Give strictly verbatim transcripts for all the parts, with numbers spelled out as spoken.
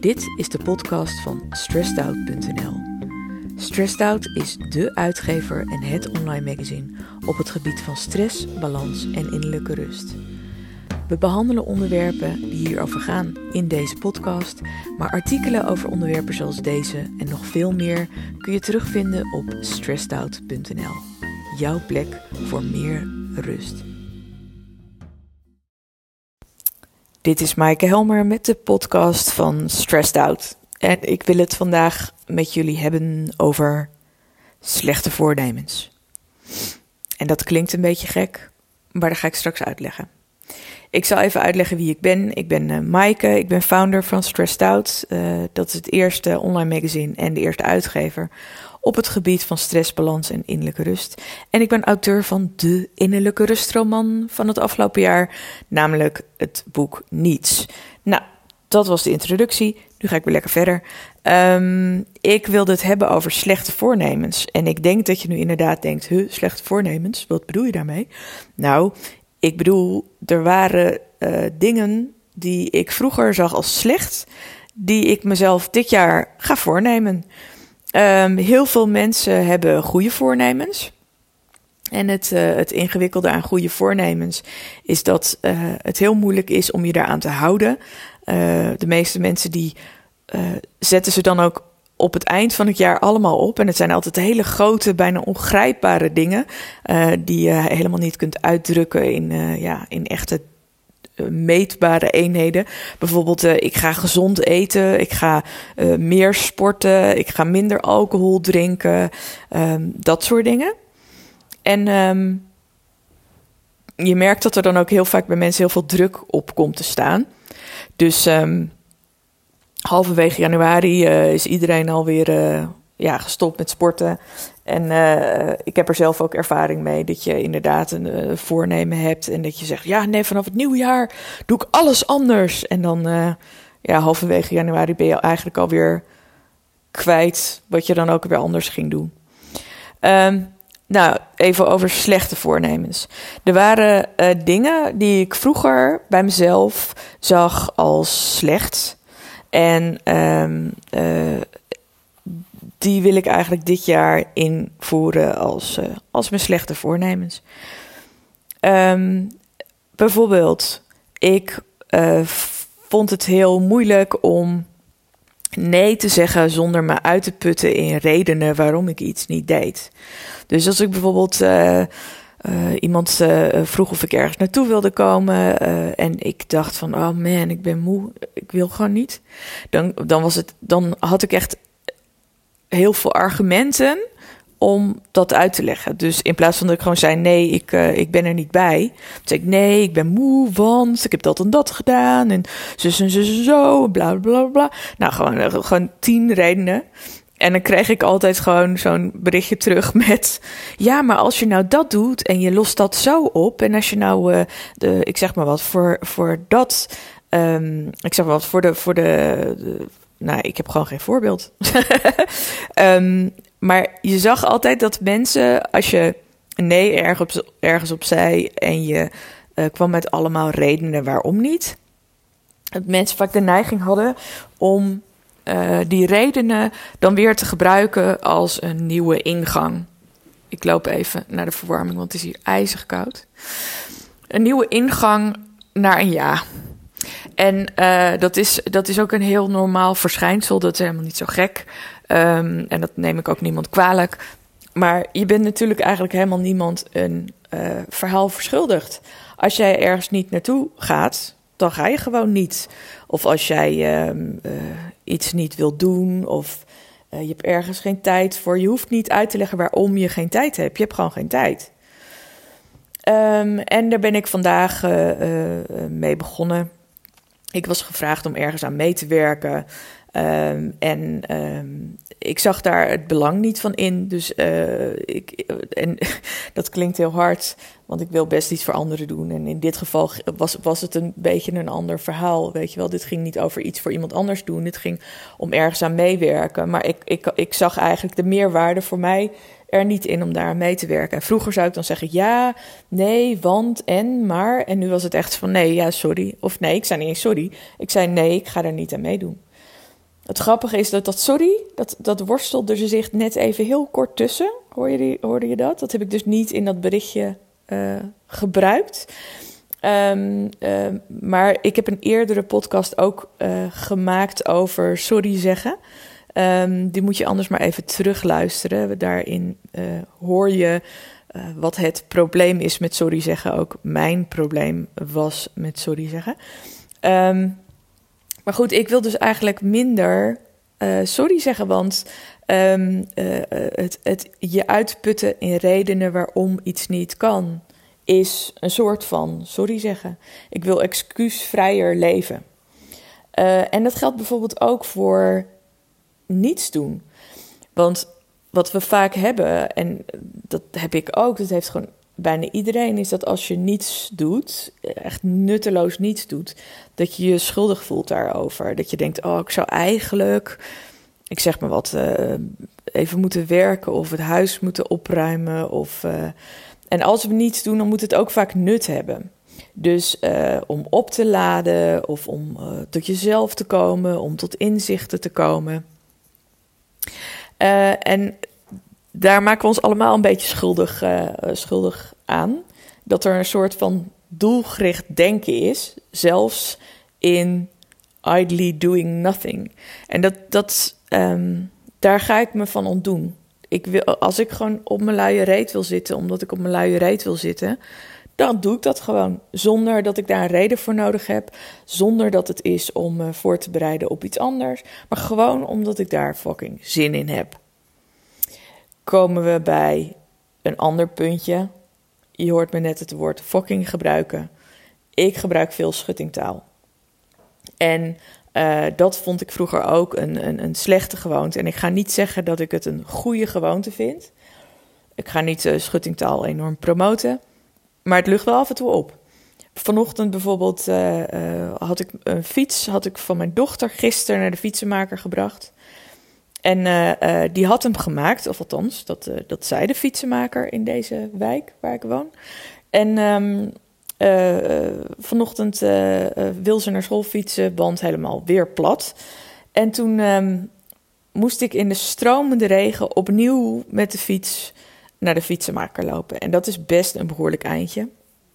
Dit is de podcast van Stressed Out punt n l. Stressed Out is dé uitgever en het online magazine op het gebied van stress, balans en innerlijke rust. We behandelen onderwerpen die hierover gaan in deze podcast, maar artikelen over onderwerpen zoals deze en nog veel meer kun je terugvinden op Stressed Out punt n l. Jouw plek voor meer rust. Dit is Maaike Helmer met de podcast van Stressed Out. En ik wil het vandaag met jullie hebben over slechte voornemens. En dat klinkt een beetje gek, maar dat ga ik straks uitleggen. Ik zal even uitleggen wie ik ben. Ik ben uh, Maaike, ik ben founder van Stressed Out. Uh, dat is het eerste online magazine en de eerste uitgever op het gebied van stress, balans en innerlijke rust. En ik ben auteur van de innerlijke rustroman van het afgelopen jaar, namelijk het boek Niets. Nou, dat was de introductie. Nu ga ik weer lekker verder. Um, ik wilde het hebben over slechte voornemens. En ik denk dat je nu inderdaad denkt, huh, slechte voornemens? Wat bedoel je daarmee? Nou, ik bedoel, er waren uh, dingen die ik vroeger zag als slecht, die ik mezelf dit jaar ga voornemen. Um, heel veel mensen hebben goede voornemens. En het, uh, het ingewikkelde aan goede voornemens is dat uh, het heel moeilijk is om je daaraan te houden. Uh, de meeste mensen die uh, zetten ze dan ook op het eind van het jaar allemaal op. En het zijn altijd hele grote, bijna ongrijpbare dingen uh, die je helemaal niet kunt uitdrukken in, uh, ja, in echte uh, meetbare eenheden. Bijvoorbeeld, uh, ik ga gezond eten, ik ga uh, meer sporten, ik ga minder alcohol drinken, um, dat soort dingen. En um, je merkt dat er dan ook heel vaak bij mensen heel veel druk op komt te staan. Dus um, halverwege januari uh, is iedereen alweer uh, ja, gestopt met sporten. En uh, ik heb er zelf ook ervaring mee dat je inderdaad een uh, voornemen hebt. En dat je zegt, ja nee, vanaf het nieuwe jaar doe ik alles anders. En dan uh, ja, halverwege januari ben je eigenlijk alweer kwijt wat je dan ook weer anders ging doen. Um, Nou, even over slechte voornemens. Er waren uh, dingen die ik vroeger bij mezelf zag als slecht. En um, uh, die wil ik eigenlijk dit jaar invoeren als, uh, als mijn slechte voornemens. Um, bijvoorbeeld, ik uh, vond het heel moeilijk om nee te zeggen zonder me uit te putten in redenen waarom ik iets niet deed. Dus als ik bijvoorbeeld uh, uh, iemand uh, vroeg of ik ergens naartoe wilde komen uh, en ik dacht van, oh man, ik ben moe, ik wil gewoon niet. Dan, dan, was het, dan had ik echt heel veel argumenten om dat uit te leggen. Dus in plaats van dat ik gewoon zei, nee, ik, uh, ik ben er niet bij. Dan zei ik, nee, ik ben moe, want ik heb dat en dat gedaan. En zus en zus en zo, bla bla bla. Nou, gewoon, uh, gewoon tien redenen. En dan kreeg ik altijd gewoon zo'n berichtje terug met, ja, maar als je nou dat doet en je lost dat zo op. En als je nou, uh, de, ik zeg maar wat, voor, voor dat, um, ik zeg maar wat, voor de, voor de, de nou, ik heb gewoon geen voorbeeld. um, Maar je zag altijd dat mensen, als je nee ergens op, ergens op zei en je uh, kwam met allemaal redenen waarom niet, dat mensen vaak de neiging hadden om uh, die redenen dan weer te gebruiken als een nieuwe ingang. Ik loop even naar de verwarming, want het is hier ijzig koud. Een nieuwe ingang naar een ja. En uh, dat is, dat is ook een heel normaal verschijnsel, dat is helemaal niet zo gek. Um, en dat neem ik ook niemand kwalijk. Maar je bent natuurlijk eigenlijk helemaal niemand een uh, verhaal verschuldigd. Als jij ergens niet naartoe gaat, dan ga je gewoon niet. Of als jij um, uh, iets niet wilt doen, of uh, je hebt ergens geen tijd voor. Je hoeft niet uit te leggen waarom je geen tijd hebt. Je hebt gewoon geen tijd. Um, en daar ben ik vandaag uh, uh, mee begonnen. Ik was gevraagd om ergens aan mee te werken. Um, en um, ik zag daar het belang niet van in. Dus uh, ik, en dat klinkt heel hard, want ik wil best iets voor anderen doen. En in dit geval was, was het een beetje een ander verhaal. Weet je wel, dit ging niet over iets voor iemand anders doen. Dit ging om ergens aan meewerken. Maar ik, ik, ik zag eigenlijk de meerwaarde voor mij er niet in om daar aan mee te werken. En vroeger zou ik dan zeggen ja, nee, want, en, maar. En nu was het echt van nee, ja, sorry. Of nee, ik zei niet eens sorry. Ik zei nee, ik ga daar niet aan meedoen. het grappige is dat dat sorry, dat, dat worstelde er zich net even heel kort tussen. Hoor je die, hoorde je dat? Dat heb ik dus niet in dat berichtje uh, gebruikt. Um, uh, maar ik heb een eerdere podcast ook uh, gemaakt over sorry zeggen. Um, die moet je anders maar even terugluisteren. Daarin uh, hoor je uh, wat het probleem is met sorry zeggen. Ook mijn probleem was met sorry zeggen. Um, maar goed, ik wil dus eigenlijk minder uh, sorry zeggen. Want um, uh, het, het je uitputten in redenen waarom iets niet kan, is een soort van sorry zeggen. Ik wil excuusvrijer leven. Uh, en dat geldt bijvoorbeeld ook voor niets doen. Want wat we vaak hebben, en dat heb ik ook, dat heeft gewoon bijna iedereen, is dat als je niets doet, echt nutteloos niets doet, dat je je schuldig voelt daarover. Dat je denkt, oh, ik zou eigenlijk, ik zeg maar wat, uh, even moeten werken of het huis moeten opruimen. Of, uh, en als we niets doen, dan moet het ook vaak nut hebben. Dus uh, om op te laden of om uh, tot jezelf te komen, om tot inzichten te komen. Uh, en daar maken we ons allemaal een beetje schuldig, uh, schuldig aan. Dat er een soort van doelgericht denken is, zelfs in idly doing nothing. En dat, dat, um, daar ga ik me van ontdoen. Ik wil, als ik gewoon op mijn luie reet wil zitten, omdat ik op mijn luie reet wil zitten, dan doe ik dat gewoon. Zonder dat ik daar een reden voor nodig heb. Zonder dat het is om me voor te bereiden op iets anders. Maar gewoon omdat ik daar fucking zin in heb. Komen we bij een ander puntje. Je hoort me net het woord fucking gebruiken. Ik gebruik veel schuttingtaal. En uh, dat vond ik vroeger ook een, een, een slechte gewoonte. En ik ga niet zeggen dat ik het een goede gewoonte vind. Ik ga niet uh, schuttingtaal enorm promoten. Maar het lucht wel af en toe op. Vanochtend bijvoorbeeld uh, uh, had ik een fiets had ik van mijn dochter gisteren naar de fietsenmaker gebracht. En uh, uh, die had hem gemaakt, of althans, dat, uh, dat zei de fietsenmaker in deze wijk waar ik woon. En um, uh, uh, vanochtend uh, uh, wil ze naar school fietsen, band helemaal weer plat. En toen um, moest ik in de stromende regen opnieuw met de fiets naar de fietsenmaker lopen. En dat is best een behoorlijk eindje.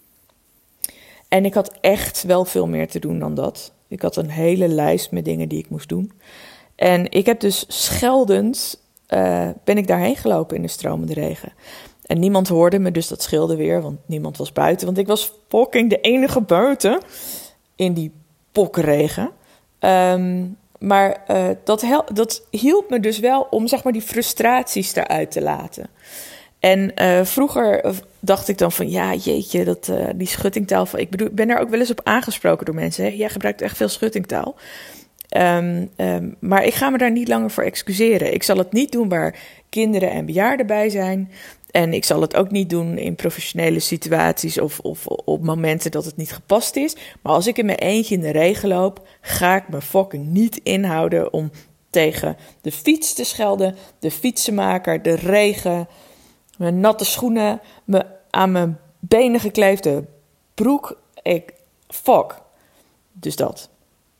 En ik had echt wel veel meer te doen dan dat. Ik had een hele lijst met dingen die ik moest doen. En ik heb dus scheldend, uh, ben ik daarheen gelopen in de stromende regen. En niemand hoorde me, dus dat scheelde weer, want niemand was buiten. Want ik was fucking de enige buiten in die pokkenregen. Um, maar uh, dat, hel- dat hielp me dus wel om, zeg maar, die frustraties eruit te laten. En uh, vroeger dacht ik dan van, ja, jeetje, dat, uh, die schuttingtaal. Van, ik bedoel, ik ben daar ook wel eens op aangesproken door mensen. Hè? Jij gebruikt echt veel schuttingtaal. Um, um, maar ik ga me daar niet langer voor excuseren. Ik zal het niet doen waar kinderen en bejaarden bij zijn. En ik zal het ook niet doen in professionele situaties of, of op momenten dat het niet gepast is. Maar als ik in mijn eentje in de regen loop, ga ik me fucking niet inhouden om tegen de fiets te schelden, de fietsenmaker, de regen, mijn natte schoenen, me aan mijn benen gekleefde broek. Ik, fuck. Dus dat.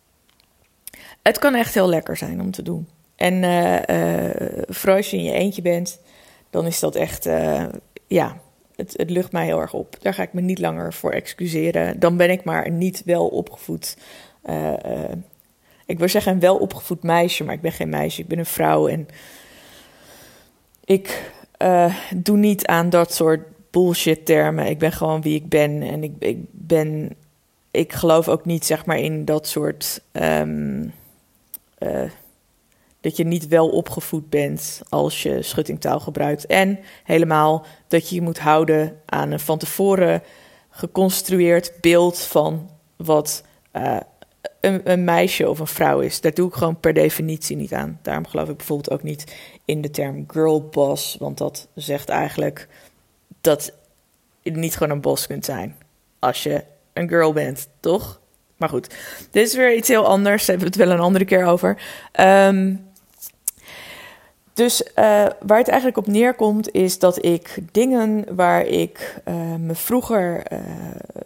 Het kan echt heel lekker zijn om te doen. En uh, uh, vooral als je in je eentje bent, dan is dat echt, uh, ja, het, het lucht mij heel erg op. Daar ga ik me niet langer voor excuseren. Dan ben ik maar een niet wel opgevoed, uh, uh, ik wil zeggen een wel opgevoed meisje, maar ik ben geen meisje, ik ben een vrouw. En ik uh, doe niet aan dat soort bullshit termen. Ik ben gewoon wie ik ben en ik, ik ben, ik geloof ook niet, zeg maar, in dat soort, um, uh, dat je niet wel opgevoed bent als je schuttingtaal gebruikt. En helemaal dat je je moet houden aan een van tevoren geconstrueerd beeld van wat uh, een, een meisje of een vrouw is. Daar doe ik gewoon per definitie niet aan. Daarom geloof ik bijvoorbeeld ook niet in de term girlboss. Want dat zegt eigenlijk dat je niet gewoon een boss kunt zijn als je een girl bent, toch? Maar goed, dit is weer iets heel anders. Daar hebben we het wel een andere keer over. Um, dus uh, waar het eigenlijk op neerkomt is dat ik dingen waar ik uh, me vroeger uh,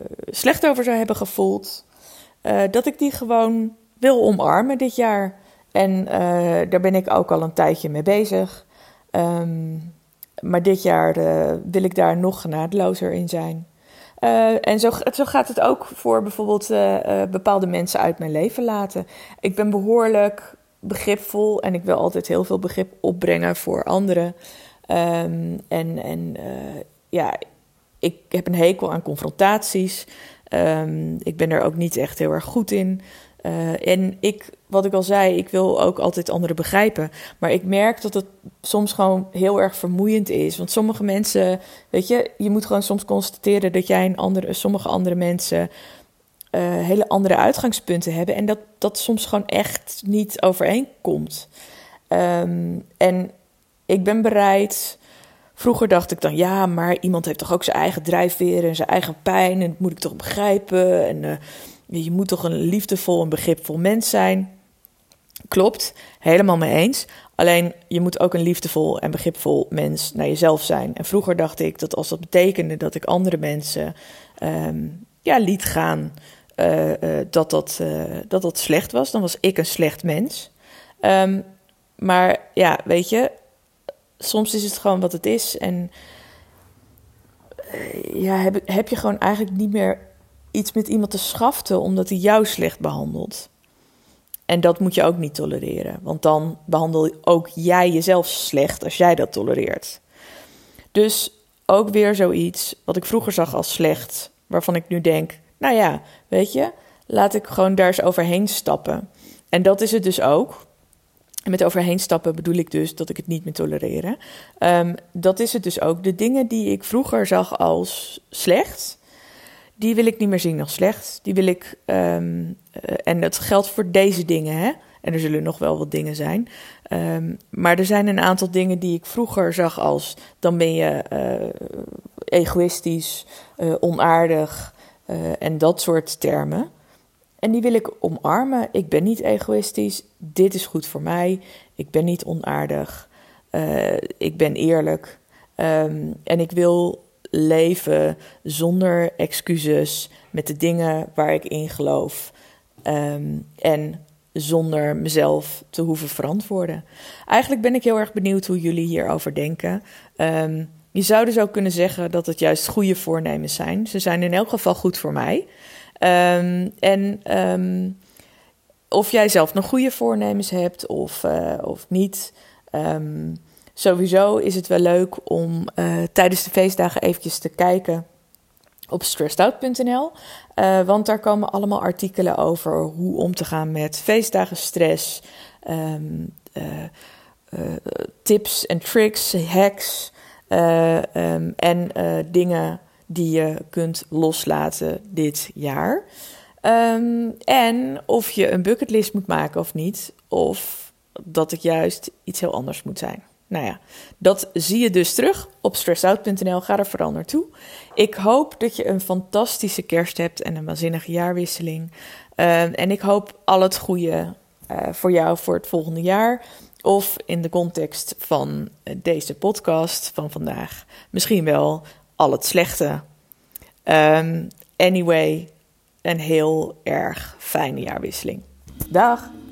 slecht over zou hebben gevoeld, uh, dat ik die gewoon wil omarmen dit jaar. En uh, daar ben ik ook al een tijdje mee bezig. Um, maar dit jaar uh, wil ik daar nog genadelozer in zijn. Uh, en zo, zo gaat het ook voor bijvoorbeeld uh, uh, bepaalde mensen uit mijn leven laten. Ik ben behoorlijk begripvol en ik wil altijd heel veel begrip opbrengen voor anderen. Um, en en uh, ja, ik heb een hekel aan confrontaties. Um, ik ben er ook niet echt heel erg goed in. Uh, en ik, wat ik al zei, ik wil ook altijd anderen begrijpen. Maar ik merk dat het soms gewoon heel erg vermoeiend is. Want sommige mensen, weet je, je moet gewoon soms constateren dat jij en andere, sommige andere mensen uh, hele andere uitgangspunten hebben. En dat dat soms gewoon echt niet overeenkomt. Um, en ik ben bereid. Vroeger dacht ik dan, ja, maar iemand heeft toch ook zijn eigen drijfveren en zijn eigen pijn. En dat moet ik toch begrijpen. En uh, je moet toch een liefdevol en begripvol mens zijn. Klopt, helemaal mee eens. Alleen, je moet ook een liefdevol en begripvol mens naar jezelf zijn. En vroeger dacht ik dat als dat betekende dat ik andere mensen um, ja, liet gaan, uh, uh, dat, dat, uh, dat dat slecht was. Dan was ik een slecht mens. Um, maar ja, weet je, soms is het gewoon wat het is. En uh, ja, heb, heb je gewoon eigenlijk niet meer iets met iemand te schaften omdat hij jou slecht behandelt. En dat moet je ook niet tolereren. Want dan behandel ook jij jezelf slecht als jij dat tolereert. Dus ook weer zoiets wat ik vroeger zag als slecht, waarvan ik nu denk, nou ja, weet je, laat ik gewoon daar eens overheen stappen. En dat is het dus ook. En met overheen stappen bedoel ik dus dat ik het niet meer tolereren. Um, dat is het dus ook. De dingen die ik vroeger zag als slecht, die wil ik niet meer zien als slecht. Die wil ik, um, uh, en dat geldt voor deze dingen, hè. En er zullen nog wel wat dingen zijn. Um, maar er zijn een aantal dingen die ik vroeger zag als, dan ben je uh, egoïstisch, uh, onaardig uh, en dat soort termen. En die wil ik omarmen. Ik ben niet egoïstisch. Dit is goed voor mij. Ik ben niet onaardig. Uh, ik ben eerlijk. Um, en ik wil leven zonder excuses met de dingen waar ik in geloof. Um, en zonder mezelf te hoeven verantwoorden. Eigenlijk ben ik heel erg benieuwd hoe jullie hierover denken. Um, je zou dus ook kunnen zeggen dat het juist goede voornemens zijn. Ze zijn in elk geval goed voor mij. Um, en um, of jij zelf nog goede voornemens hebt of, uh, of niet. Um, sowieso is het wel leuk om uh, tijdens de feestdagen eventjes te kijken op stressedout punt n l. Uh, want daar komen allemaal artikelen over hoe om te gaan met feestdagen stress. Um, uh, uh, tips en tricks, hacks uh, um, en uh, dingen die je kunt loslaten dit jaar. Um, en of je een bucketlist moet maken of niet. Of dat het juist iets heel anders moet zijn. Nou ja, dat zie je dus terug op stressedout punt n l. Ga er vooral naartoe. Ik hoop dat je een fantastische kerst hebt en een waanzinnige jaarwisseling. Uh, en ik hoop al het goede uh, voor jou voor het volgende jaar. Of in de context van deze podcast van vandaag misschien wel al het slechte. Um, anyway, een heel erg fijne jaarwisseling. Dag!